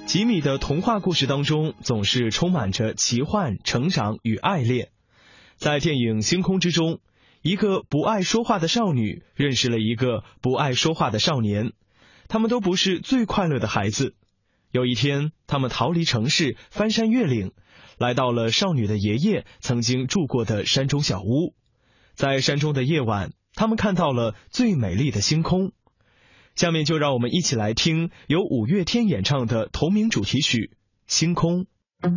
吉米的童话故事当中总是充满着奇幻、成长与爱恋。在电影《星空》之中，一个不爱说话的少女认识了一个不爱说话的少年，他们都不是最快乐的孩子。有一天，他们逃离城市，翻山越岭，来到了少女的爷爷曾经住过的山中小屋。在山中的夜晚，他们看到了最美丽的星空。下面就让我们一起来听由五月天演唱的同名主题曲《星空》。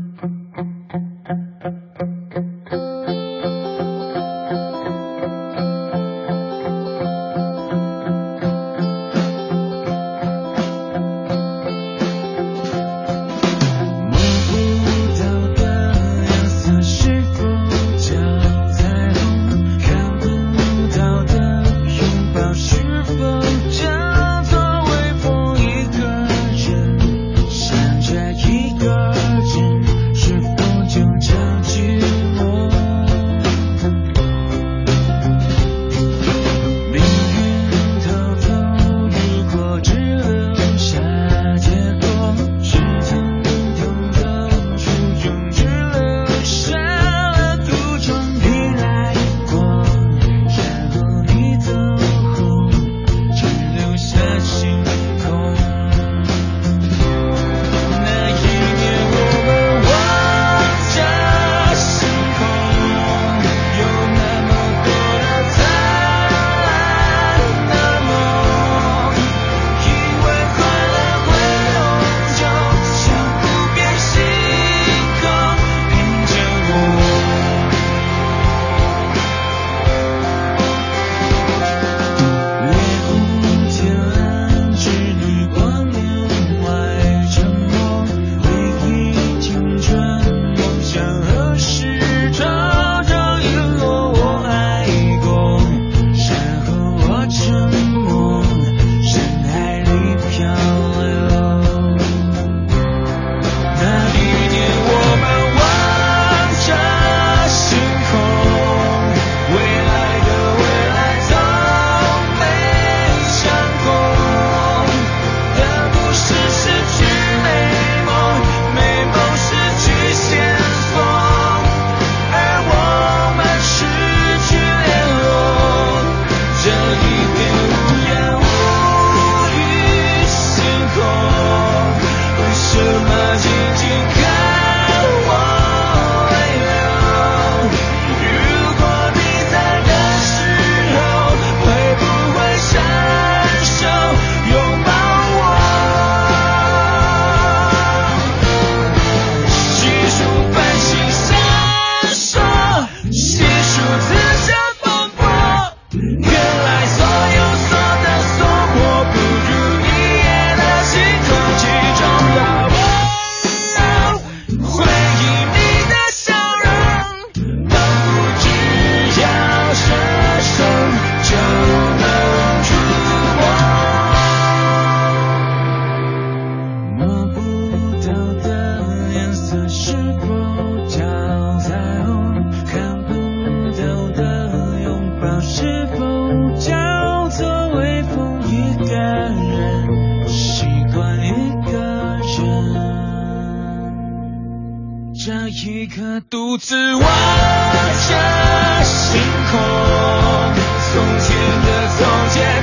一颗独自望着星空，从前的从前